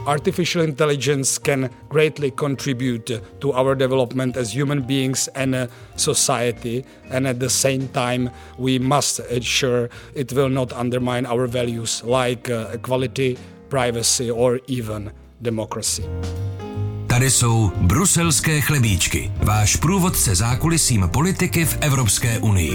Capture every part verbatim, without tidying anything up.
artificial intelligence can greatly contribute to our development as human beings and society, and at the same time we must ensure it will not undermine our values like equality, privacy or even democracy. Tady jsou bruselské chlebíčky, váš průvodce zákulisím politiky v Evropské unii.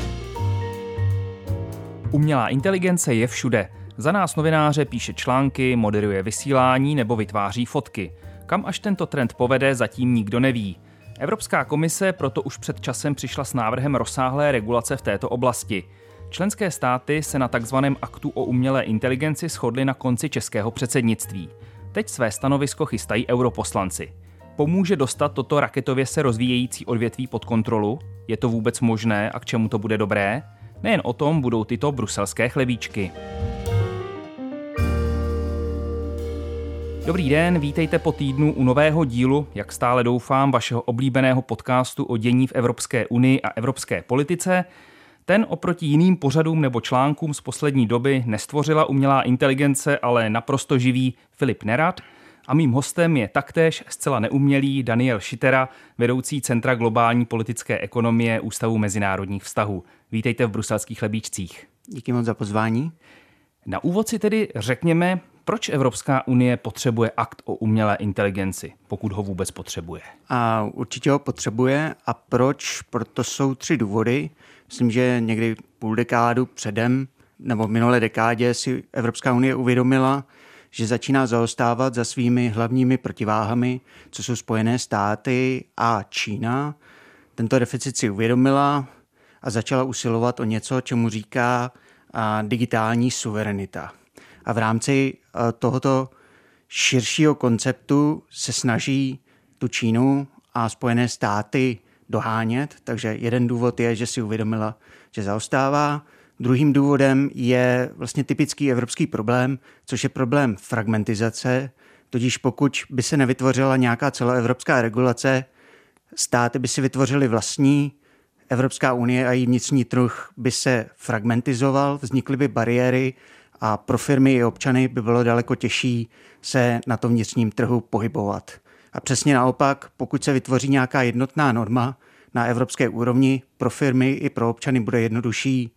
Umělá inteligence je všude. Za nás novináře píše články, moderuje vysílání nebo vytváří fotky. Kam až tento trend povede, zatím nikdo neví. Evropská komise proto už před časem přišla s návrhem rozsáhlé regulace v této oblasti. Členské státy se na takzvaném aktu o umělé inteligenci shodly na konci českého předsednictví. Teď své stanovisko chystají europoslanci. Pomůže dostat toto raketově se rozvíjející odvětví pod kontrolu? Je to vůbec možné a k čemu to bude dobré? Nejen o tom budou tyto bruselské chlebíčky. Dobrý den, vítejte po týdnu u nového dílu, jak stále doufám, vašeho oblíbeného podcastu o dění v Evropské unii a evropské politice. Ten oproti jiným pořadům nebo článkům z poslední doby nestvořila umělá inteligence, ale naprosto živý Filip Nerad. A mým hostem je taktéž zcela neumělý Daniel Šittera, vedoucí Centra globální politické ekonomie Ústavu mezinárodních vztahů. Vítejte v bruselských chlebíčcích. Díky moc za pozvání. Na úvod si tedy řekněme, proč Evropská unie potřebuje akt o umělé inteligenci, pokud ho vůbec potřebuje? A určitě ho potřebuje. A proč? Proto jsou tři důvody. Myslím, že někdy půl dekádu předem, nebo v minulé dekádě si Evropská unie uvědomila, že začíná zaostávat za svými hlavními protiváhami, co jsou Spojené státy a Čína. Tento deficit si uvědomila a začala usilovat o něco, čemu říká digitální suverenita. A v rámci tohoto širšího konceptu se snaží tu Čínu a Spojené státy dohánět. Takže jeden důvod je, že si uvědomila, že zaostává. Druhým důvodem je vlastně typický evropský problém, což je problém fragmentizace. Tudíž pokud by se nevytvořila nějaká celoevropská regulace, státy by si vytvořily vlastní, Evropská unie a její vnitřní trh by se fragmentizoval, vznikly by bariéry a pro firmy i občany by bylo daleko těžší se na tom vnitřním trhu pohybovat. A přesně naopak, pokud se vytvoří nějaká jednotná norma na evropské úrovni, pro firmy i pro občany bude jednodušší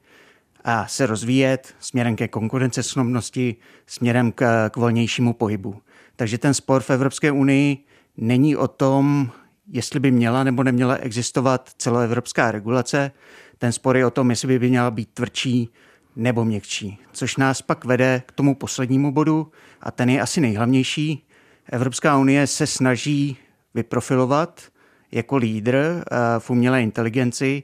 a se rozvíjet směrem ke konkurenceschopnosti, směrem k, k volnějšímu pohybu. Takže ten spor v Evropské unii není o tom, jestli by měla nebo neměla existovat celoevropská regulace. Ten spor je o tom, jestli by měla být tvrdší nebo měkčí. Což nás pak vede k tomu poslednímu bodu a ten je asi nejhlavnější. Evropská unie se snaží vyprofilovat jako lídr v umělé inteligenci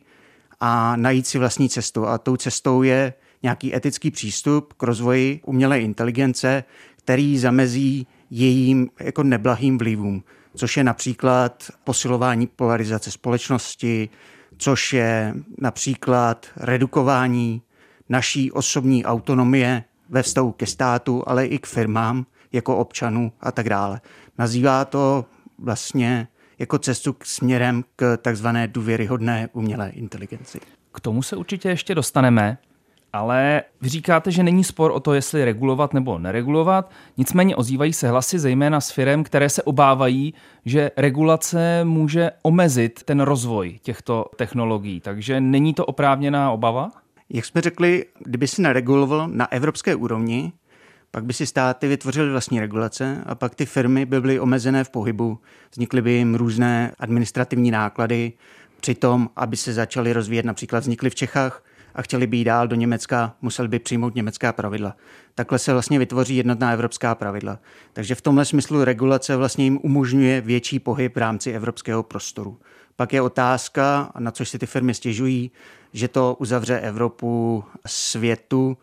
a najít si vlastní cestu. A tou cestou je nějaký etický přístup k rozvoji umělé inteligence, který zamezí jejím jako neblahým vlivům, což je například posilování polarizace společnosti, což je například redukování naší osobní autonomie ve vztahu ke státu, ale i k firmám, jako občanů a tak dále. Nazývá to vlastně jako cestu k směrem k takzvané důvěryhodné umělé inteligenci. K tomu se určitě ještě dostaneme, ale vy říkáte, že není spor o to, jestli regulovat nebo neregulovat, nicméně ozývají se hlasy zejména z firem, které se obávají, že regulace může omezit ten rozvoj těchto technologií, takže není to oprávněná obava? Jak jsme řekli, kdyby se neregulovalo na evropské úrovni, pak by si státy vytvořily vlastní regulace a pak ty firmy by byly omezené v pohybu. Vznikly by jim různé administrativní náklady. Přitom, aby se začaly rozvíjet, například vznikly v Čechách a chtěli by jít dál do Německa, museli by přijmout německá pravidla. Takhle se vlastně vytvoří jednotná evropská pravidla. Takže v tomhle smyslu regulace vlastně jim umožňuje větší pohyb v rámci evropského prostoru. Pak je otázka, na což si ty firmy stěžují, že to uzavře Evropu světu,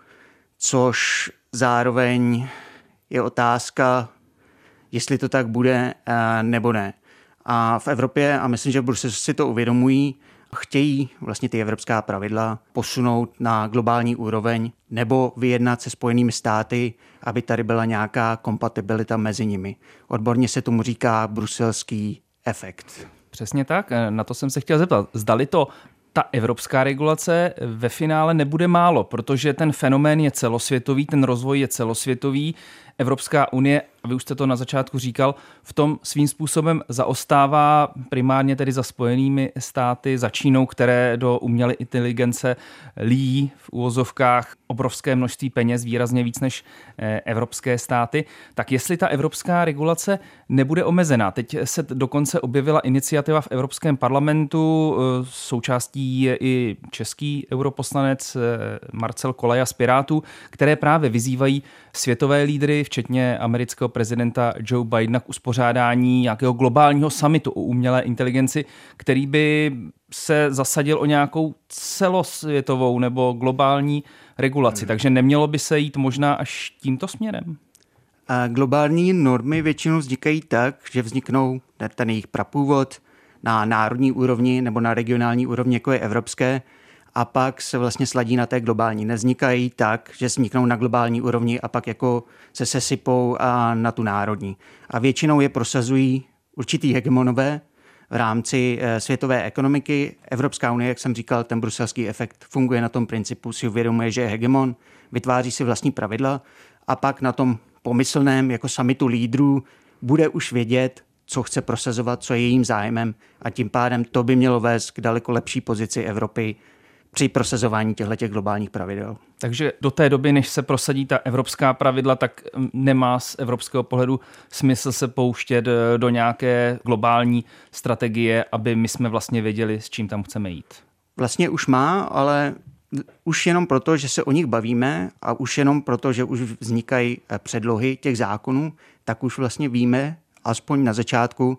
což zároveň je otázka, jestli to tak bude nebo ne. A v Evropě, a myslím, že v Bruselu si to uvědomují, chtějí vlastně ty evropská pravidla posunout na globální úroveň nebo vyjednat se Spojenými státy, aby tady byla nějaká kompatibilita mezi nimi. Odborně se tomu říká bruselský efekt. Přesně tak, na to jsem se chtěl zeptat. Zdali to ta evropská regulace ve finále nebude málo, protože ten fenomén je celosvětový, ten rozvoj je celosvětový. Evropská unie, a vy už jste to na začátku říkal, v tom svým způsobem zaostává primárně tedy za Spojenými státy, za Čínou, které do umělé inteligence lijí v uvozovkách obrovské množství peněz, výrazně víc než evropské státy. Tak jestli ta evropská regulace nebude omezená, teď se dokonce objevila iniciativa v Evropském parlamentu, součástí je i český europoslanec Marcel Kolaja z Pirátů, které právě vyzývají světové lídry, včetně amerického prezidenta Joe Bidena, k uspořádání nějakého globálního summitu o umělé inteligenci, který by se zasadil o nějakou celosvětovou nebo globální regulaci. Hmm. Takže nemělo by se jít možná až tímto směrem? A globální normy většinou vznikají tak, že vzniknou ten jejich prapůvod na národní úrovni nebo na regionální úrovni, jako je evropské, a pak se vlastně sladí na té globální. Nevznikají tak, že vzniknou na globální úrovni a pak jako se sesypou a na tu národní. A většinou je prosazují určitý hegemonové v rámci světové ekonomiky. Evropská unie, jak jsem říkal, ten bruselský efekt funguje na tom principu, si uvědomuje, že je hegemon, vytváří si vlastní pravidla a pak na tom pomyslném jako summitu lídrů bude už vědět, co chce prosazovat, co je jejím zájmem, a tím pádem to by mělo vést k daleko lepší pozici Evropy při prosazování těchto globálních pravidel. Takže do té doby, než se prosadí ta evropská pravidla, tak nemá z evropského pohledu smysl se pouštět do nějaké globální strategie, aby my jsme vlastně věděli, s čím tam chceme jít. Vlastně už má, ale už jenom proto, že se o nich bavíme a už jenom proto, že už vznikají předlohy těch zákonů, tak už vlastně víme, aspoň na začátku,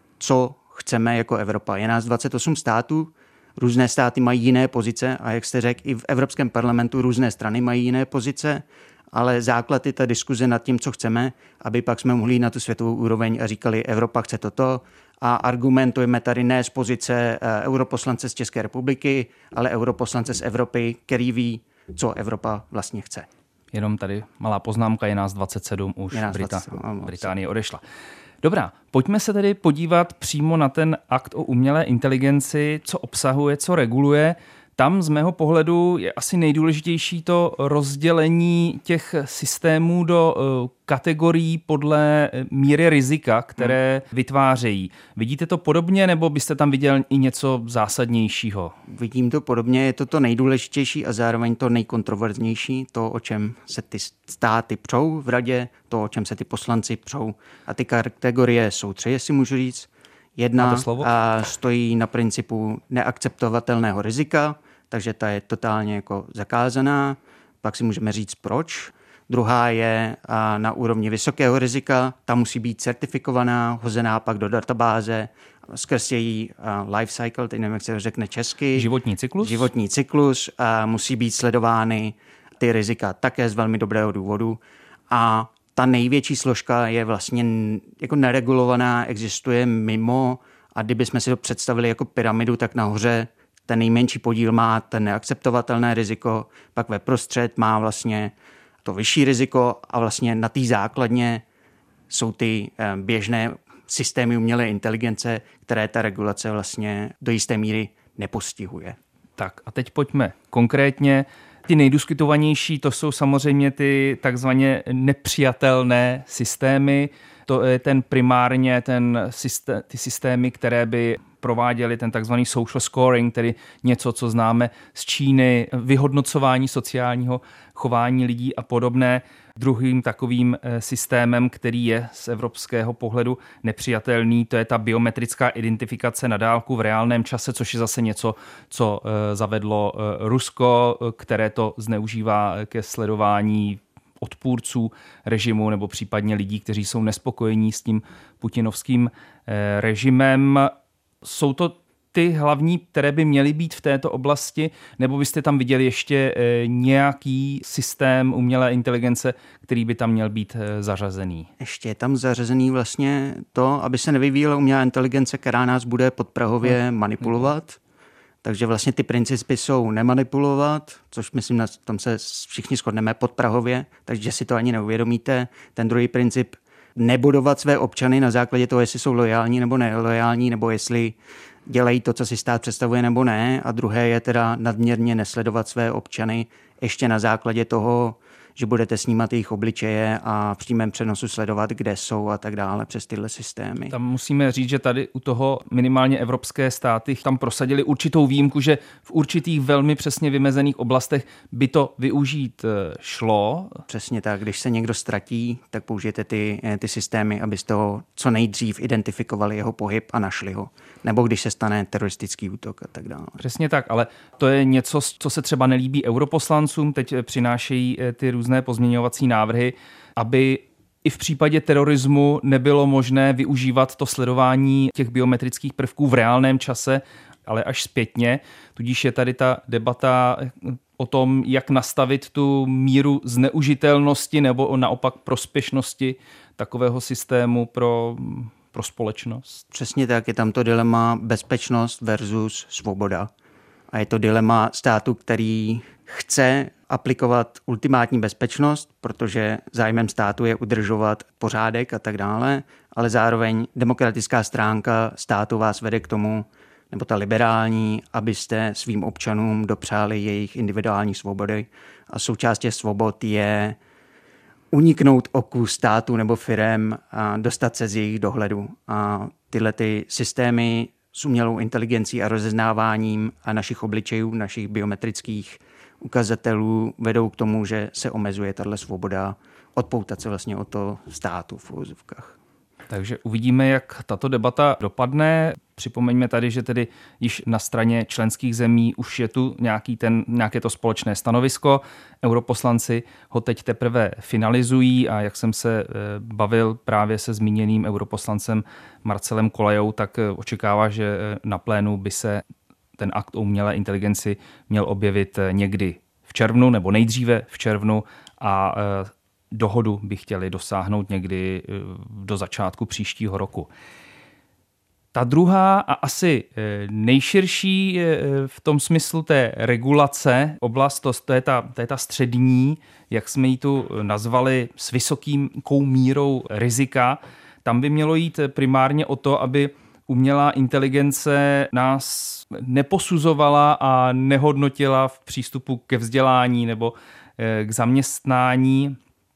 co chceme jako Evropa. Je nás dvacet osm států, různé státy mají jiné pozice a jak jste řekl, i v Evropském parlamentu různé strany mají jiné pozice, ale základ je ta diskuze nad tím, co chceme, aby pak jsme mohli jít na tu světovou úroveň a říkali, Evropa chce toto, a argumentujeme tady ne z pozice europoslance z České republiky, ale europoslance z Evropy, který ví, co Evropa vlastně chce. Jenom tady malá poznámka, je nás dvacet sedm, už Brita- dvacet sedm, Británie odešla. Dobrá, pojďme se tedy podívat přímo na ten akt o umělé inteligenci, co obsahuje, co reguluje. Tam z mého pohledu je asi nejdůležitější to rozdělení těch systémů do kategorií podle míry rizika, které hmm. vytvářejí. Vidíte to podobně, nebo byste tam viděl i něco zásadnějšího? Vidím to podobně, je to to nejdůležitější a zároveň to nejkontroverznější, to, o čem se ty státy přou v radě, to, o čem se ty poslanci přou. A ty kategorie jsou tři, jestli můžu říct. Jedna a stojí na principu neakceptovatelného rizika, takže ta je totálně jako zakázaná. Pak si můžeme říct proč. Druhá je na úrovni vysokého rizika, ta musí být certifikovaná, hozená pak do databáze skrz její life cycle, teď nevím, jak se řekne česky. Životní cyklus. Životní cyklus a musí být sledovány ty rizika také z velmi dobrého důvodu. A ta největší složka je vlastně jako neregulovaná, existuje mimo, a kdybychom si to představili jako pyramidu, tak nahoře ten nejmenší podíl má ten neakceptovatelné riziko, pak ve prostřed má vlastně to vyšší riziko a vlastně na té základně jsou ty běžné systémy umělé inteligence, které ta regulace vlastně do jisté míry nepostihuje. Tak a teď pojďme konkrétně. Ty nejdiskutovanější to jsou samozřejmě ty takzvaně nepřijatelné systémy. To je ten primárně ten systém, ty systémy, které by prováděly ten takzvaný social scoring, tedy něco, co známe z Číny, vyhodnocování sociálního chování lidí a podobné. Druhým takovým systémem, který je z evropského pohledu nepřijatelný, to je ta biometrická identifikace na dálku v reálném čase, což je zase něco, co zavedlo Rusko, které to zneužívá ke sledování odpůrců režimu nebo případně lidí, kteří jsou nespokojení s tím putinovským režimem. Jsou to ty hlavní, které by měly být v této oblasti, nebo byste tam viděli ještě nějaký systém umělé inteligence, který by tam měl být zařazený? Ještě je tam zařazený vlastně to, aby se nevyvíjela umělá inteligence, která nás bude podprahově hmm. manipulovat. Hmm. Takže vlastně ty principy jsou nemanipulovat, což myslím, na tom se všichni shodneme podprahově, takže si to ani neuvědomíte. Ten druhý princip, nebudovat své občany na základě toho, jestli jsou lojální nebo nelojální, nebo jestli dělají to, co si stát představuje nebo ne. A druhé je teda nadměrně nesledovat své občany ještě na základě toho, že budete snímat jejich obličeje a v přímém přenosu sledovat, kde jsou a tak dále přes tyhle systémy. Tam musíme říct, že tady u toho minimálně evropské státy tam prosadili určitou výjimku, že v určitých velmi přesně vymezených oblastech by to využít šlo. Přesně tak, když se někdo ztratí, tak použijete ty, ty systémy, abyste ho co nejdřív identifikovali jeho pohyb a našli ho. Nebo když se stane teroristický útok a tak dále. Přesně tak, ale to je něco, co se třeba nelíbí europoslancům. Teď přinášejí ty různé pozměňovací návrhy, aby i v případě terorismu nebylo možné využívat to sledování těch biometrických prvků v reálném čase, ale až zpětně. Tudíž je tady ta debata o tom, jak nastavit tu míru zneužitelnosti nebo naopak prospěšnosti takového systému pro, pro společnost. Přesně tak, je tam to dilema bezpečnost versus svoboda. A je to dilema státu, který chce aplikovat ultimátní bezpečnost, protože zájmem státu je udržovat pořádek a tak dále, ale zároveň demokratická stránka státu vás vede k tomu, nebo ta liberální, abyste svým občanům dopřáli jejich individuální svobody. A součástí svobod je uniknout oku státu nebo firem a dostat se z jejich dohledu. A tyhle ty systémy s umělou inteligencí a rozeznáváním a našich obličejů, našich biometrických ukazatelů vedou k tomu, že se omezuje tato svoboda odpoutat se vlastně od toho státu v uvozovkách. Takže uvidíme, jak tato debata dopadne. Připomeňme tady, že tedy již na straně členských zemí už je tu nějaký ten, nějaké to společné stanovisko. Europoslanci ho teď teprve finalizují a jak jsem se bavil právě se zmíněným europoslancem Marcelem Kolejou, tak očekává, že na plénu by se ten akt o umělé inteligenci měl objevit někdy v červnu nebo nejdříve v červnu a dohodu by chtěli dosáhnout někdy do začátku příštího roku. Ta druhá a asi nejširší v tom smyslu té regulace oblast, to je ta, to je ta střední, jak jsme ji tu nazvali, s vysokou mírou rizika. Tam by mělo jít primárně o to, aby umělá inteligence nás neposuzovala a nehodnotila v přístupu ke vzdělání nebo k zaměstnání.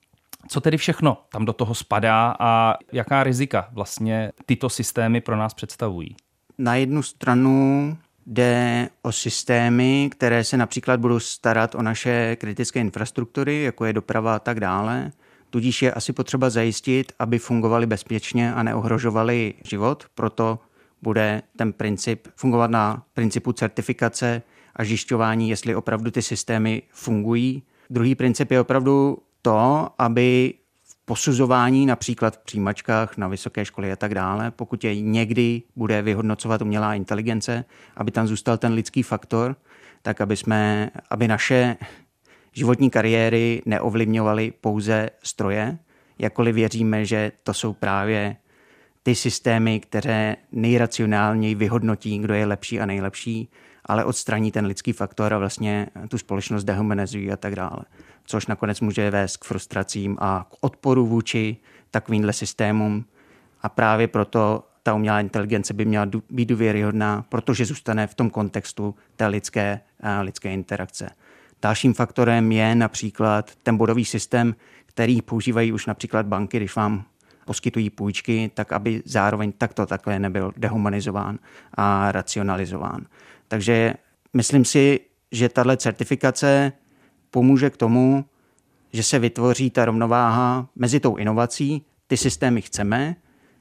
Co tedy všechno tam do toho spadá a jaká rizika vlastně tyto systémy pro nás představují? Na jednu stranu jde o systémy, které se například budou starat o naše kritické infrastruktury, jako je doprava a tak dále. Tudíž je asi potřeba zajistit, aby fungovaly bezpečně a neohrožovaly život. Proto bude ten princip fungovat na principu certifikace a zjišťování, jestli opravdu ty systémy fungují. Druhý princip je opravdu to, aby v posuzování například v přijímačkách na vysoké školy a tak dále, pokud je někdy bude vyhodnocovat umělá inteligence, aby tam zůstal ten lidský faktor, tak aby, jsme, aby naše životní kariéry neovlivňovaly pouze stroje, jakkoliv věříme, že to jsou právě ty systémy, které nejracionálněji vyhodnotí, kdo je lepší a nejlepší, ale odstraní ten lidský faktor a vlastně tu společnost dehumanizují a tak dále. Což nakonec může vést k frustracím a k odporu vůči takovýmhle systémům. A právě proto ta umělá inteligence by měla být důvěryhodná, protože zůstane v tom kontextu té lidské, lidské interakce. Dalším faktorem je například ten bodový systém, který používají už například banky, když vám poskytují půjčky, tak aby zároveň takto takhle nebyl dehumanizován a racionalizován. Takže myslím si, že tahle certifikace pomůže k tomu, že se vytvoří ta rovnováha mezi tou inovací, ty systémy chceme,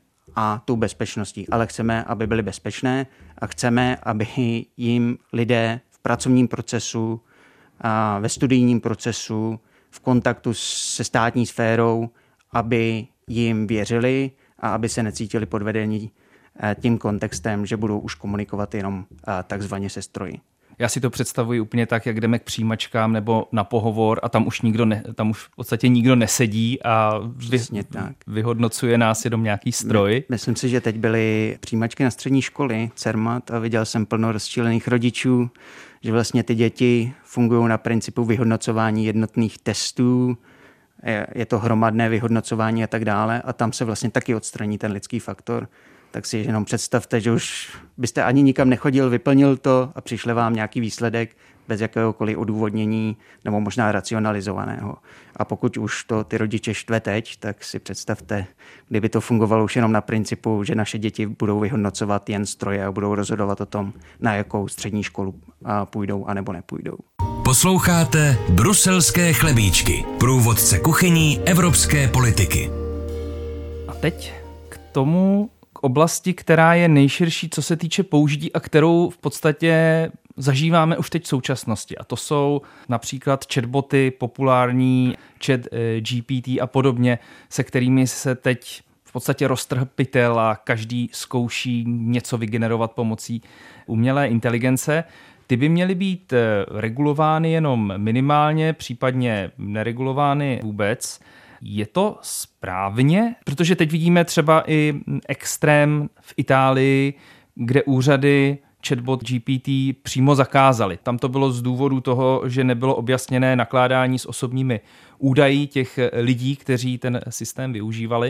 a tou bezpečností. Ale chceme, aby byly bezpečné a chceme, aby jim lidé v pracovním procesu, a ve studijním procesu, v kontaktu se státní sférou, aby jim věřili a aby se necítili podvedení tím kontextem, že budou už komunikovat jenom takzvaně se stroji. Já si to představuji úplně tak, jak jdeme k přijímačkám nebo na pohovor a tam už nikdo ne, tam už v podstatě nikdo nesedí a vy, vyhodnocuje nás jenom nějaký stroj. Myslím si, že teď byly přijímačky na střední školy, CERMAT, a viděl jsem plno rozčilených rodičů, že vlastně ty děti fungují na principu vyhodnocování jednotných testů, je to hromadné vyhodnocování a tak dále a tam se vlastně taky odstraní ten lidský faktor. tak si jenom představte, že už byste ani nikam nechodil, vyplnil to a přišle vám nějaký výsledek bez jakéhokoliv odůvodnění nebo možná racionalizovaného. A pokud už to ty rodiče štve teď, tak si představte, kdyby to fungovalo už jenom na principu, že naše děti budou vyhodnocovat jen stroje a budou rozhodovat o tom, na jakou střední školu půjdou a nebo nepůjdou. Posloucháte Bruselské chlebíčky, průvodce kuchyní evropské politiky. A teď k tomu, k oblasti, která je nejširší, co se týče použití a kterou v podstatě zažíváme už teď v současnosti. A to jsou například chatboty, populární chat G P T a podobně, se kterými se teď v podstatě roztrhl pytel a každý zkouší něco vygenerovat pomocí umělé inteligence. Ty by měly být regulovány jenom minimálně, případně neregulovány vůbec. Je to správně? Protože teď vidíme třeba i extrém v Itálii, kde úřady chatbot G P T přímo zakázali. Tam to bylo z důvodu toho, že nebylo objasněné nakládání s osobními údaji těch lidí, kteří ten systém využívali.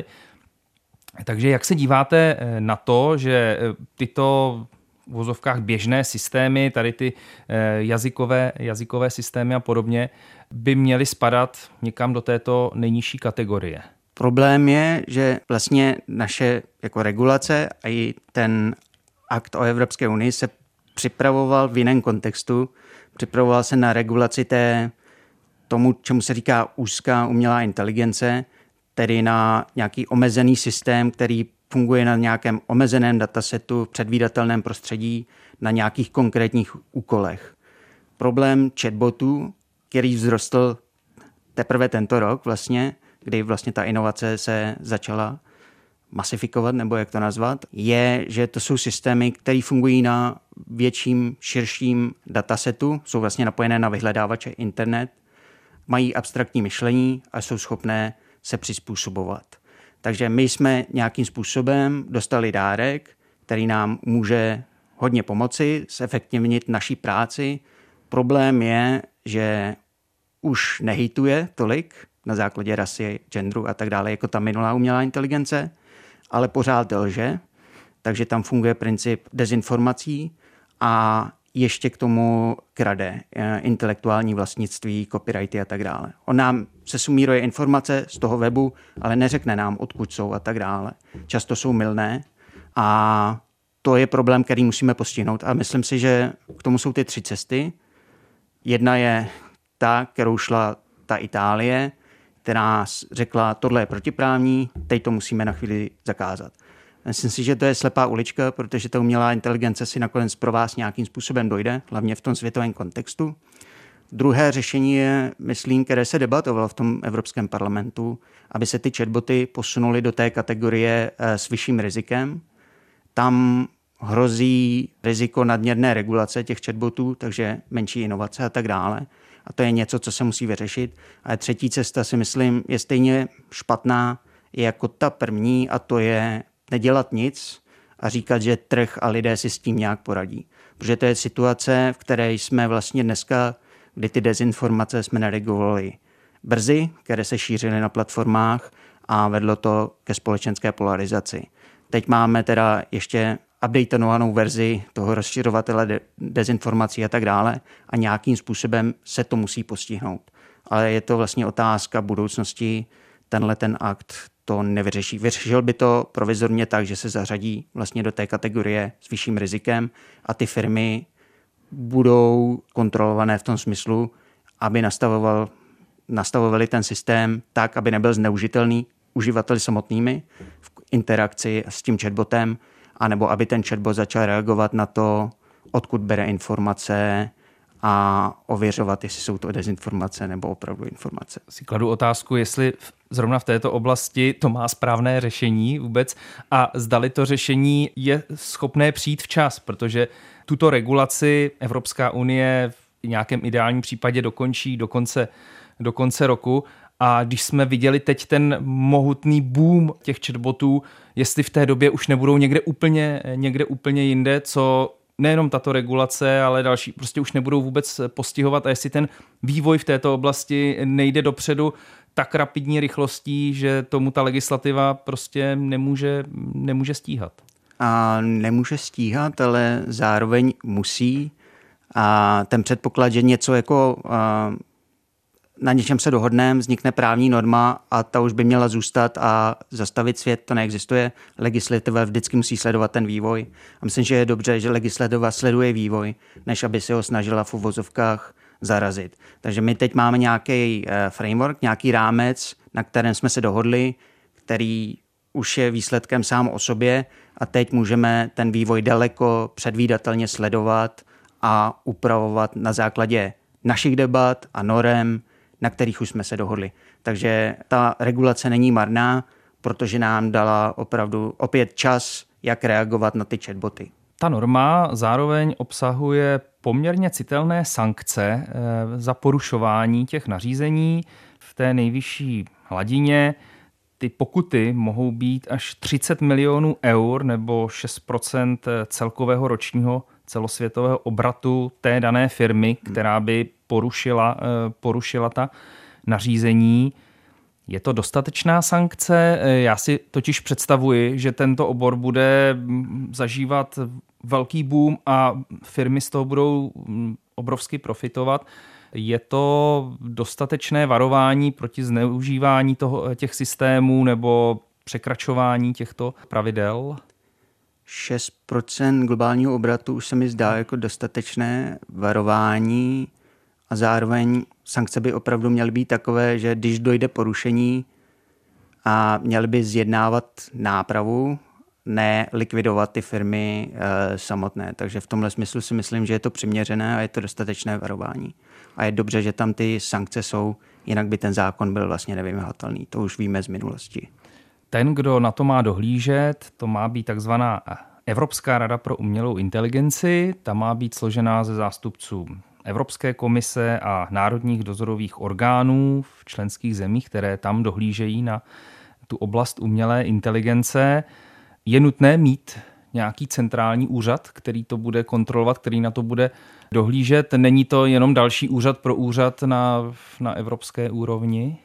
Takže jak se díváte na to, že tyto v uvozovkách běžné systémy, tady ty jazykové, jazykové systémy a podobně, by měly spadat někam do této nejnižší kategorie? Problém je, že vlastně naše jako regulace a i ten akt o Evropské unii se připravoval v jiném kontextu. Připravoval se na regulaci té, tomu, čemu se říká úzká umělá inteligence, tedy na nějaký omezený systém, který funguje na nějakém omezeném datasetu, v předvídatelném prostředí, na nějakých konkrétních úkolech. Problém chatbotů, který vzrostl teprve tento rok vlastně, kdy vlastně ta inovace se začala masifikovat, nebo jak to nazvat, je, že to jsou systémy, které fungují na větším, širším datasetu, jsou vlastně napojené na vyhledávače internet, mají abstraktní myšlení a jsou schopné se přizpůsobovat. Takže my jsme nějakým způsobem dostali dárek, který nám může hodně pomoci zefektivnit naší práci. Problém je, že už nehejtuje tolik na základě rasy, genderu a tak dále, jako ta minulá umělá inteligence, ale pořád lže, takže tam funguje princip dezinformací a ještě k tomu krade intelektuální vlastnictví, copyrighty a tak dále. On nám se sumíruje informace z toho webu, ale neřekne nám, odkud jsou a tak dále. Často jsou mylné a to je problém, který musíme postihnout. A myslím si, že k tomu jsou ty tři cesty. Jedna je ta, kterou šla ta Itálie, která řekla, tohle je protiprávní, teď to musíme na chvíli zakázat. Myslím si, že to je slepá ulička, protože ta umělá inteligence si nakonec pro vás nějakým způsobem dojde, hlavně v tom světovém kontextu. Druhé řešení je, myslím, které se debatovalo v tom Evropském parlamentu, aby se ty chatboty posunuly do té kategorie s vyšším rizikem. Tam hrozí riziko nadměrné regulace těch chatbotů, takže menší inovace a tak dále. A to je něco, co se musí vyřešit. A třetí cesta si myslím je stejně špatná jako ta první, a to je nedělat nic a říkat, že trh a lidé si s tím nějak poradí. Protože to je situace, v které jsme vlastně dneska, kdy ty dezinformace jsme neregulovali brzy, které se šířily na platformách a vedlo to ke společenské polarizaci. Teď máme teda ještě updateovanou verzi toho rozšiřovatele de- dezinformací a tak dále a nějakým způsobem se to musí postihnout. Ale je to vlastně otázka budoucnosti, tenhle ten akt to nevyřeší. Vyřešil by to provizorně tak, že se zařadí vlastně do té kategorie s vyšším rizikem a ty firmy budou kontrolované v tom smyslu, aby nastavoval, nastavovali ten systém tak, aby nebyl zneužitelný uživateli samotnými v interakci s tím chatbotem, anebo aby ten chatbot začal reagovat na to, odkud bere informace a ověřovat, jestli jsou to dezinformace nebo opravdu informace. Si kladu otázku, jestli zrovna v této oblasti to má správné řešení vůbec a zdali to řešení je schopné přijít včas, protože tuto regulaci Evropská unie v nějakém ideálním případě dokončí do konce, do konce roku. A když jsme viděli teď ten mohutný boom těch chatbotů, jestli v té době už nebudou někde úplně, někde úplně jinde, co nejenom tato regulace, ale další prostě už nebudou vůbec postihovat a jestli ten vývoj v této oblasti nejde dopředu tak rapidní rychlostí, že tomu ta legislativa prostě nemůže, nemůže stíhat. a nemůže stíhat, ale zároveň musí. A ten předpoklad, že něco jako na něčem se dohodneme, vznikne právní norma a ta už by měla zůstat a zastavit svět, to neexistuje. Legislativa vždycky musí sledovat ten vývoj. A myslím, že je dobře, že legislativa sleduje vývoj, než aby se ho snažila v uvozovkách zarazit. Takže my teď máme nějaký framework, nějaký rámec, na kterém jsme se dohodli, který už je výsledkem sám o sobě a teď můžeme ten vývoj daleko předvídatelně sledovat a upravovat na základě našich debat a norem, na kterých už jsme se dohodli. Takže ta regulace není marná, protože nám dala opravdu opět čas, jak reagovat na ty chatboty. Ta norma zároveň obsahuje poměrně citelné sankce za porušování těch nařízení v té nejvyšší hladině. Ty pokuty mohou být až třicet milionů eur nebo šest procent celkového ročního celosvětového obratu té dané firmy, která by porušila, porušila ta nařízení. Je to dostatečná sankce? Já si totiž představuji, že tento obor bude zažívat velký boom a firmy z toho budou obrovsky profitovat. Je to dostatečné varování proti zneužívání toho, těch systémů nebo překračování těchto pravidel? šest procent globálního obratu už se mi zdá jako dostatečné varování a zároveň sankce by opravdu měly být takové, že když dojde porušení a měly by zjednávat nápravu, ne likvidovat ty firmy e, samotné. Takže v tomhle smyslu si myslím, že je to přiměřené a je to dostatečné varování. A je dobře, že tam ty sankce jsou, jinak by ten zákon byl vlastně nevymahatelný. To už víme z minulosti. Ten, kdo na to má dohlížet, to má být takzvaná Evropská rada pro umělou inteligenci. Ta má být složená ze zástupců Evropské komise a národních dozorových orgánů v členských zemích, které tam dohlížejí na tu oblast umělé inteligence. Je nutné mít nějaký centrální úřad, který to bude kontrolovat, který na to bude dohlížet. Není to jenom další úřad pro úřad na, na evropské úrovni?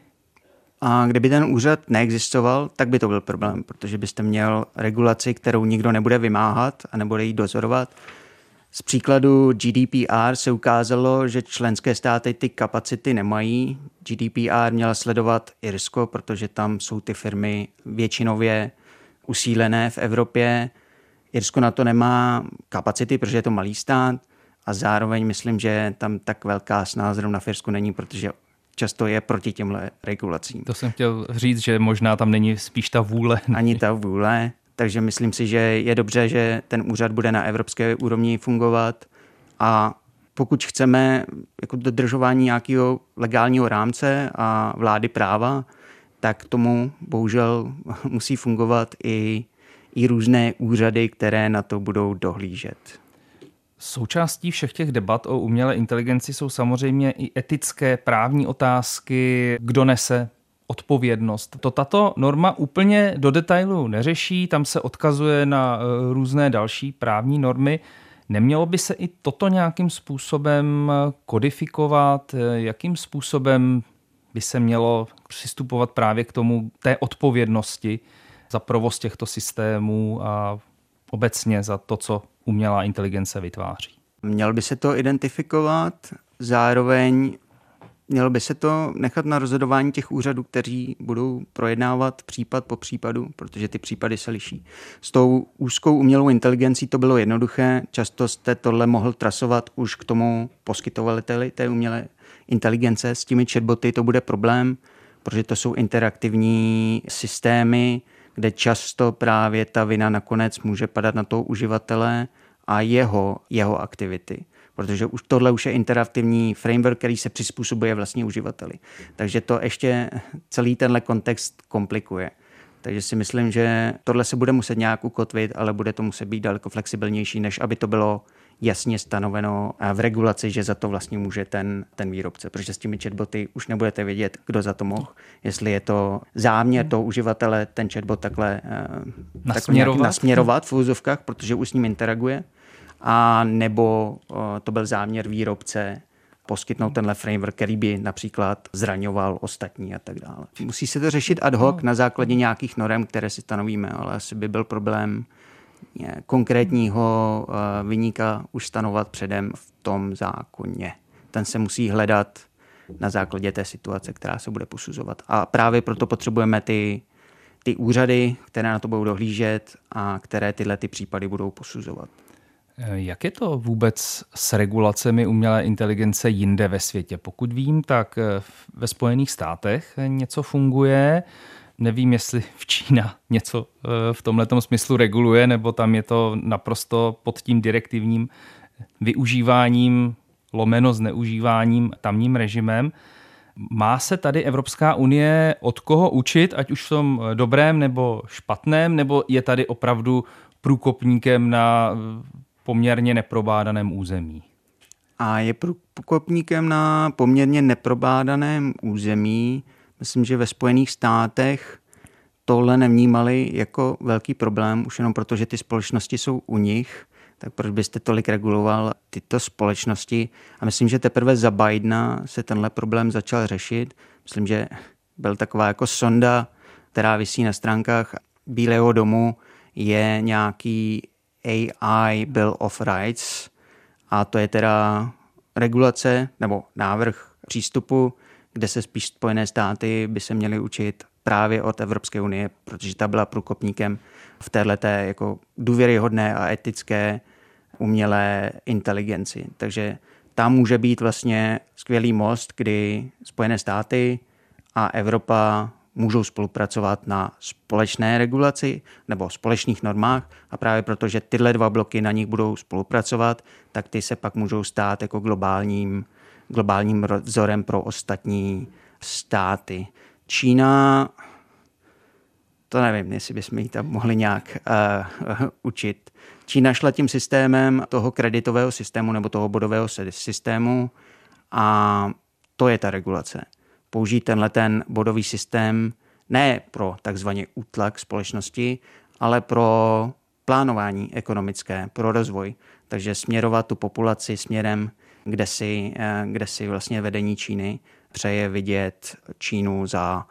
A kdyby ten úřad neexistoval, tak by to byl problém, protože byste měl regulaci, kterou nikdo nebude vymáhat a nebude jí dozorovat. Z příkladu G D P R se ukázalo, že členské státy ty kapacity nemají. G D P R měla sledovat Irsko, protože tam jsou ty firmy většinově usílené v Evropě. Irsko na to nemá kapacity, protože je to malý stát a zároveň myslím, že tam tak velká snaha zrovna v Irsku není, protože často je proti těmhle regulacím. To jsem chtěl říct, že možná tam není spíš ta vůle. Ani ta vůle, takže myslím si, že je dobře, že ten úřad bude na evropské úrovni fungovat a pokud chceme jako dodržování nějakého legálního rámce a vlády práva, tak tomu bohužel musí fungovat i, i různé úřady, které na to budou dohlížet. Součástí všech těch debat o umělé inteligenci jsou samozřejmě i etické právní otázky, kdo nese odpovědnost. To tato norma úplně do detailu neřeší, tam se odkazuje na různé další právní normy. Nemělo by se i toto nějakým způsobem kodifikovat? Jakým způsobem by se mělo přistupovat právě k tomu té odpovědnosti za provoz těchto systémů a obecně za to, co umělá inteligence vytváří? Mělo by se to identifikovat, zároveň mělo by se to nechat na rozhodování těch úřadů, kteří budou projednávat případ po případu, protože ty případy se liší. S tou úzkou umělou inteligencí to bylo jednoduché, často jste tohle mohl trasovat už k tomu poskytovateli té umělé inteligence. S těmi chatboty to bude problém, protože to jsou interaktivní systémy, kde často právě ta vina nakonec může padat na toho uživatele a jeho, jeho aktivity. Protože už tohle už je interaktivní framework, který se přizpůsobuje vlastně uživateli. Takže to ještě celý tenhle kontext komplikuje. Takže si myslím, že tohle se bude muset nějak ukotvit, ale bude to muset být daleko flexibilnější, než aby to bylo jasně stanoveno v regulaci, že za to vlastně může ten, ten výrobce. Protože s těmi chatboty už nebudete vědět, kdo za to mohl. Jestli je to záměr toho uživatele, ten chatbot takhle nasměrovat, nasměrovat v úzovkách, protože už s ním interaguje, a nebo to byl záměr výrobce poskytnout tenhle framework, který by například zraňoval ostatní a tak dále. Musí se to řešit ad hoc na základě nějakých norem, které si stanovíme, ale asi by byl problém konkrétního viníka už stanovat předem v tom zákoně. Ten se musí hledat na základě té situace, která se bude posuzovat. A právě proto potřebujeme ty, ty úřady, které na to budou dohlížet a které tyhle ty případy budou posuzovat. Jak je to vůbec s regulacemi umělé inteligence jinde ve světě? Pokud vím, tak ve Spojených státech něco funguje. Nevím, jestli v Čína něco v tomhletom smyslu reguluje, nebo tam je to naprosto pod tím direktivním využíváním, lomeno zneužíváním tamním režimem. Má se tady Evropská unie od koho učit, ať už v tom dobrém nebo špatném, nebo je tady opravdu průkopníkem na poměrně neprobádaném území? A je průkopníkem na poměrně neprobádaném území. Myslím, že ve Spojených státech tohle nevnímali jako velký problém, už jenom proto, že ty společnosti jsou u nich, tak proč byste tolik reguloval tyto společnosti? A myslím, že teprve za Bidena se tenhle problém začal řešit. Myslím, že byl taková jako sonda, která visí na stránkách Bílého domu, je nějaký A I Bill of Rights a to je teda regulace nebo návrh přístupu, kde se spíš Spojené státy by se měly učit právě od Evropské unie, protože ta byla průkopníkem v téhleté jako důvěryhodné a etické umělé inteligenci. Takže tam může být vlastně skvělý most, kdy Spojené státy a Evropa můžou spolupracovat na společné regulaci nebo společných normách a právě protože tyhle dva bloky na nich budou spolupracovat, tak ty se pak můžou stát jako globálním, globálním vzorem pro ostatní státy. Čína, to nevím, jestli bychom ji tam mohli nějak uh, učit. Čína šla tím systémem toho kreditového systému nebo toho bodového systému a to je ta regulace. Použít tenhle ten bodový systém ne pro takzvaný útlak společnosti, ale pro plánování ekonomické, pro rozvoj. Takže směrovat tu populaci směrem, kde si, kde si vlastně vedení Číny přeje vidět Čínu za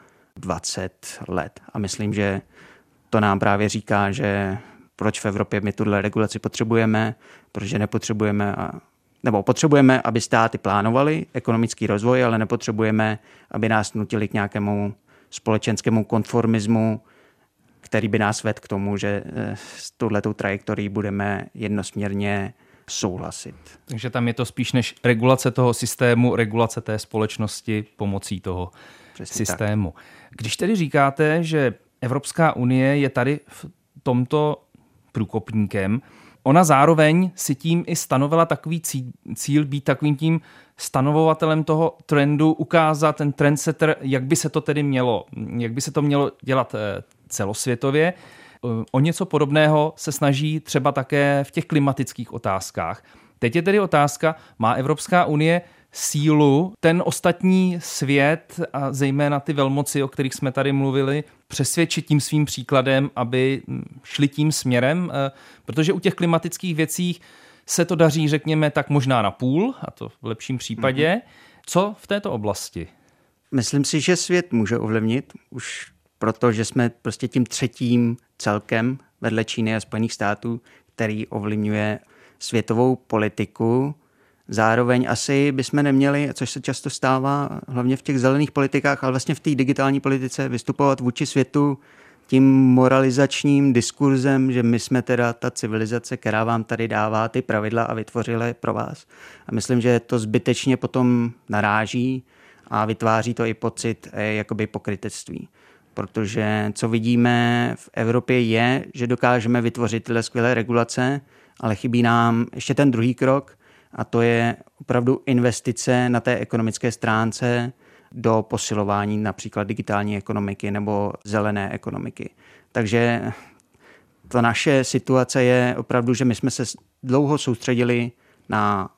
dvacet let. A myslím, že to nám právě říká, že proč v Evropě my tuhle regulaci potřebujeme, protože nepotřebujeme, nebo potřebujeme, aby státy plánovaly ekonomický rozvoj, ale nepotřebujeme, aby nás nutili k nějakému společenskému konformismu, který by nás vedl k tomu, že s touhletou trajektorií budeme jednosměrně souhlasit. Takže tam je to spíš než regulace toho systému, regulace té společnosti pomocí toho Přesně systému. Tak. Když tedy říkáte, že Evropská unie je tady v tomto průkopníkem, ona zároveň si tím i stanovila takový cíl být takovým tím stanovovatelem toho trendu, ukázat ten trendsetter, jak by se to tedy mělo, jak by se to mělo dělat celosvětově. O něco podobného se snaží třeba také v těch klimatických otázkách. Teď je tedy otázka, má Evropská unie sílu ten ostatní svět a zejména ty velmoci, o kterých jsme tady mluvili, přesvědčit tím svým příkladem, aby šli tím směrem, protože u těch klimatických věcí se to daří, řekněme, tak možná na půl, a to v lepším případě. Mm-hmm. Co v této oblasti? Myslím si, že svět může ovlivnit, už proto, že jsme prostě tím třetím celkem vedle Číny a Spojených států, který ovlivňuje světovou politiku. Zároveň asi bychom neměli, což se často stává, hlavně v těch zelených politikách, ale vlastně v té digitální politice, vystupovat vůči světu tím moralizačním diskurzem, že my jsme teda ta civilizace, která vám tady dává ty pravidla a vytvořila je pro vás. A myslím, že to zbytečně potom naráží a vytváří to i pocit jakoby pokrytectví. Protože co vidíme v Evropě je, že dokážeme vytvořit tyhle skvělé regulace, ale chybí nám ještě ten druhý krok, a to je opravdu investice na té ekonomické stránce do posilování například digitální ekonomiky nebo zelené ekonomiky. Takže ta naše situace je opravdu, že my jsme se dlouho soustředili na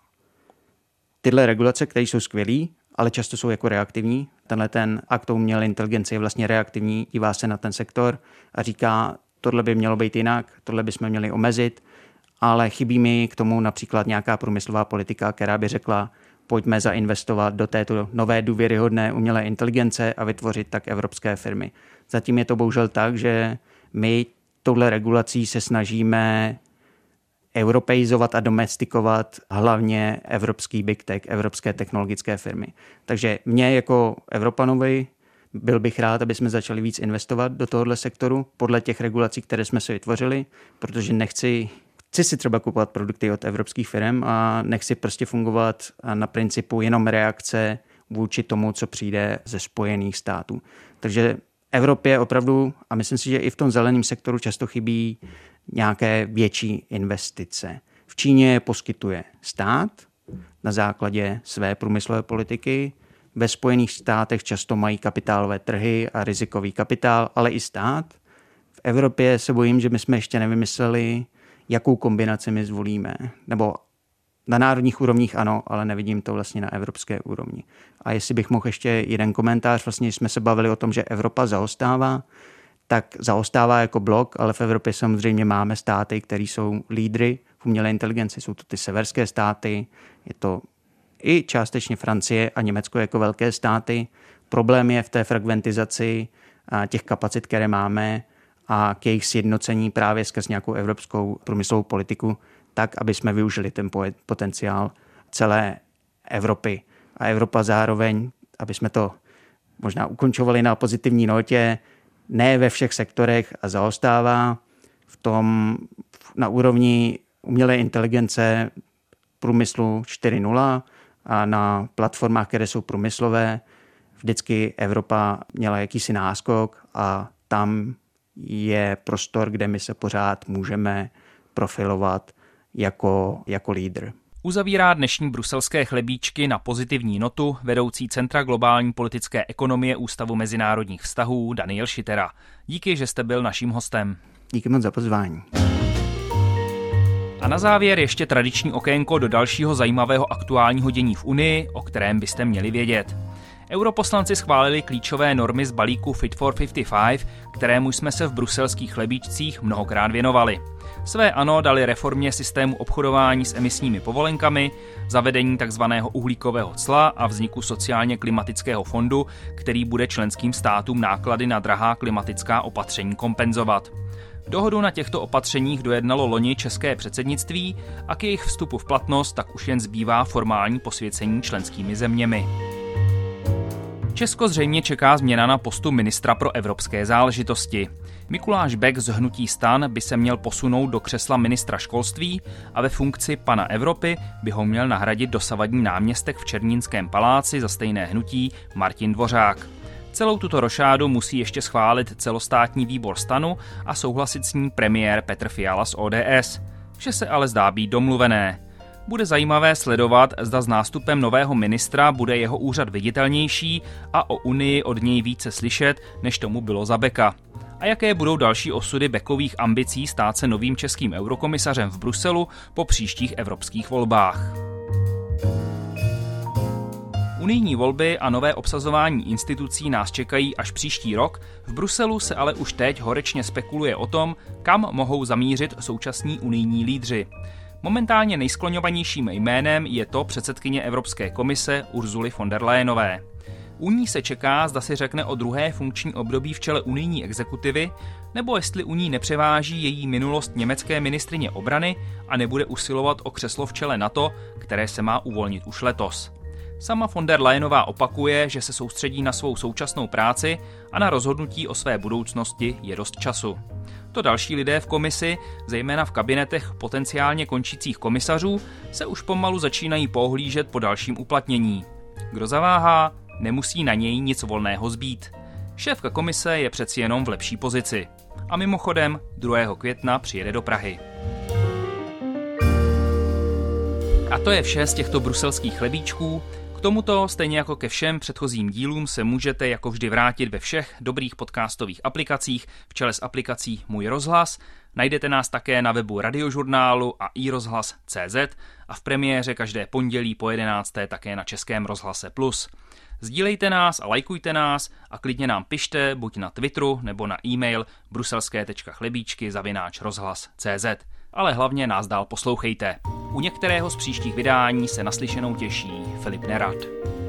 tyhle regulace, které jsou skvělé, ale často jsou jako reaktivní. Tenhle ten akt umělé inteligence je vlastně reaktivní, dívá se na ten sektor a říká, tohle by mělo být jinak, tohle bychom měli omezit, ale chybí mi k tomu například nějaká průmyslová politika, která by řekla, pojďme zainvestovat do této nové důvěryhodné umělé inteligence a vytvořit tak evropské firmy. Zatím je to bohužel tak, že my touhle regulací se snažíme europeizovat a domestikovat hlavně evropský big tech, evropské technologické firmy. Takže mě jako Evropanovi byl bych rád, aby jsme začali víc investovat do tohohle sektoru podle těch regulací, které jsme si vytvořili, protože nechci, chci si třeba kupovat produkty od evropských firm a nechci prostě fungovat na principu jenom reakce vůči tomu, co přijde ze Spojených států. Takže Evropě opravdu, a myslím si, že i v tom zeleném sektoru často chybí nějaké větší investice. V Číně je poskytuje stát na základě své průmyslové politiky. Ve Spojených státech často mají kapitálové trhy a rizikový kapitál, ale i stát. V Evropě se bojím, že my jsme ještě nevymysleli, jakou kombinaci my zvolíme. Nebo na národních úrovních ano, ale nevidím to vlastně na evropské úrovni. A jestli bych mohl ještě jeden komentář, vlastně jsme se bavili o tom, že Evropa zaostává, tak zaostává jako blok, ale v Evropě samozřejmě máme státy, které jsou lídry v umělé inteligenci. Jsou to ty severské státy, je to i částečně Francie a Německo jako velké státy. Problém je v té fragmentizaci těch kapacit, které máme a k jejich sjednocení právě skrz nějakou evropskou průmyslovou politiku, tak, aby jsme využili ten potenciál celé Evropy. A Evropa zároveň, aby jsme to možná ukončovali na pozitivní notě, ne ve všech sektorech a zaostává v tom na úrovni umělé inteligence průmyslu čtyři tečka nula a na platformách, které jsou průmyslové. Vždycky Evropa měla jakýsi náskok a tam je prostor, kde my se pořád můžeme profilovat jako, jako lídr. Uzavírá dnešní bruselské chlebíčky na pozitivní notu vedoucí Centra globální politické ekonomie Ústavu mezinárodních vztahů Daniel Šittera. Díky, že jste byl naším hostem. Díky moc za pozvání. A na závěr ještě tradiční okénko do dalšího zajímavého aktuálního dění v Unii, o kterém byste měli vědět. Europoslanci schválili klíčové normy z balíku Fit for padesát pět, kterému jsme se v bruselských chlebíčcích mnohokrát věnovali. Své ano dali reformě systému obchodování s emisními povolenkami, zavedení tzv. Uhlíkového cla a vzniku sociálně klimatického fondu, který bude členským státům náklady na drahá klimatická opatření kompenzovat. Dohodu na těchto opatřeních dojednalo loni české předsednictví a k jejich vstupu v platnost tak už jen zbývá formální posvěcení členskými zeměmi. Česko zřejmě čeká změna na postu ministra pro evropské záležitosti. Mikuláš Bek z hnutí STAN by se měl posunout do křesla ministra školství a ve funkci pana Evropy by ho měl nahradit dosavadní náměstek v Černínském paláci za stejné hnutí Martin Dvořák. Celou tuto rošádu musí ještě schválit celostátní výbor STANu a souhlasit s ní premiér Petr Fiala z O D S. Vše se ale zdá být domluvené. Bude zajímavé sledovat, zda s nástupem nového ministra bude jeho úřad viditelnější a o Unii od něj více slyšet, než tomu bylo za Beka. A jaké budou další osudy Bekových ambicí stát se novým českým eurokomisařem v Bruselu po příštích evropských volbách. Unijní volby a nové obsazování institucí nás čekají až příští rok, v Bruselu se ale už teď horečně spekuluje o tom, kam mohou zamířit současní unijní lídři. Momentálně nejskloňovanějším jménem je to předsedkyně Evropské komise Ursuly von der Leyenové. U ní se čeká, zda si řekne o druhé funkční období v čele unijní exekutivy, nebo jestli u ní nepřeváží její minulost německé ministryně obrany a nebude usilovat o křeslo v čele NATO, které se má uvolnit už letos. Sama von der Leyenová opakuje, že se soustředí na svou současnou práci a na rozhodnutí o své budoucnosti je dost času. To další lidé v komisi, zejména v kabinetech potenciálně končících komisařů, se už pomalu začínají pohlížet po dalším uplatnění. Kdo zaváhá, nemusí na něj nic volného zbýt. Šéfka komise je přeci jenom v lepší pozici. A mimochodem druhého května přijede do Prahy. A to je vše z těchto bruselských chlebíčků. K tomuto, stejně jako ke všem předchozím dílům, se můžete jako vždy vrátit ve všech dobrých podcastových aplikacích, v čele s aplikací Můj rozhlas. Najdete nás také na webu Radiožurnálu a i rozhlas tečka cé zet a v premiéře každé pondělí po jedenácté také na Českém rozhlase Plus. Sdílejte nás a lajkujte nás a klidně nám pište buď na Twitteru nebo na e-mail bruselské tečka chlebíčky zavináč rozhlas tečka cé zet. Ale hlavně nás dál poslouchejte. U některého z příštích vydání se naslyšenou těší Filip Nerad.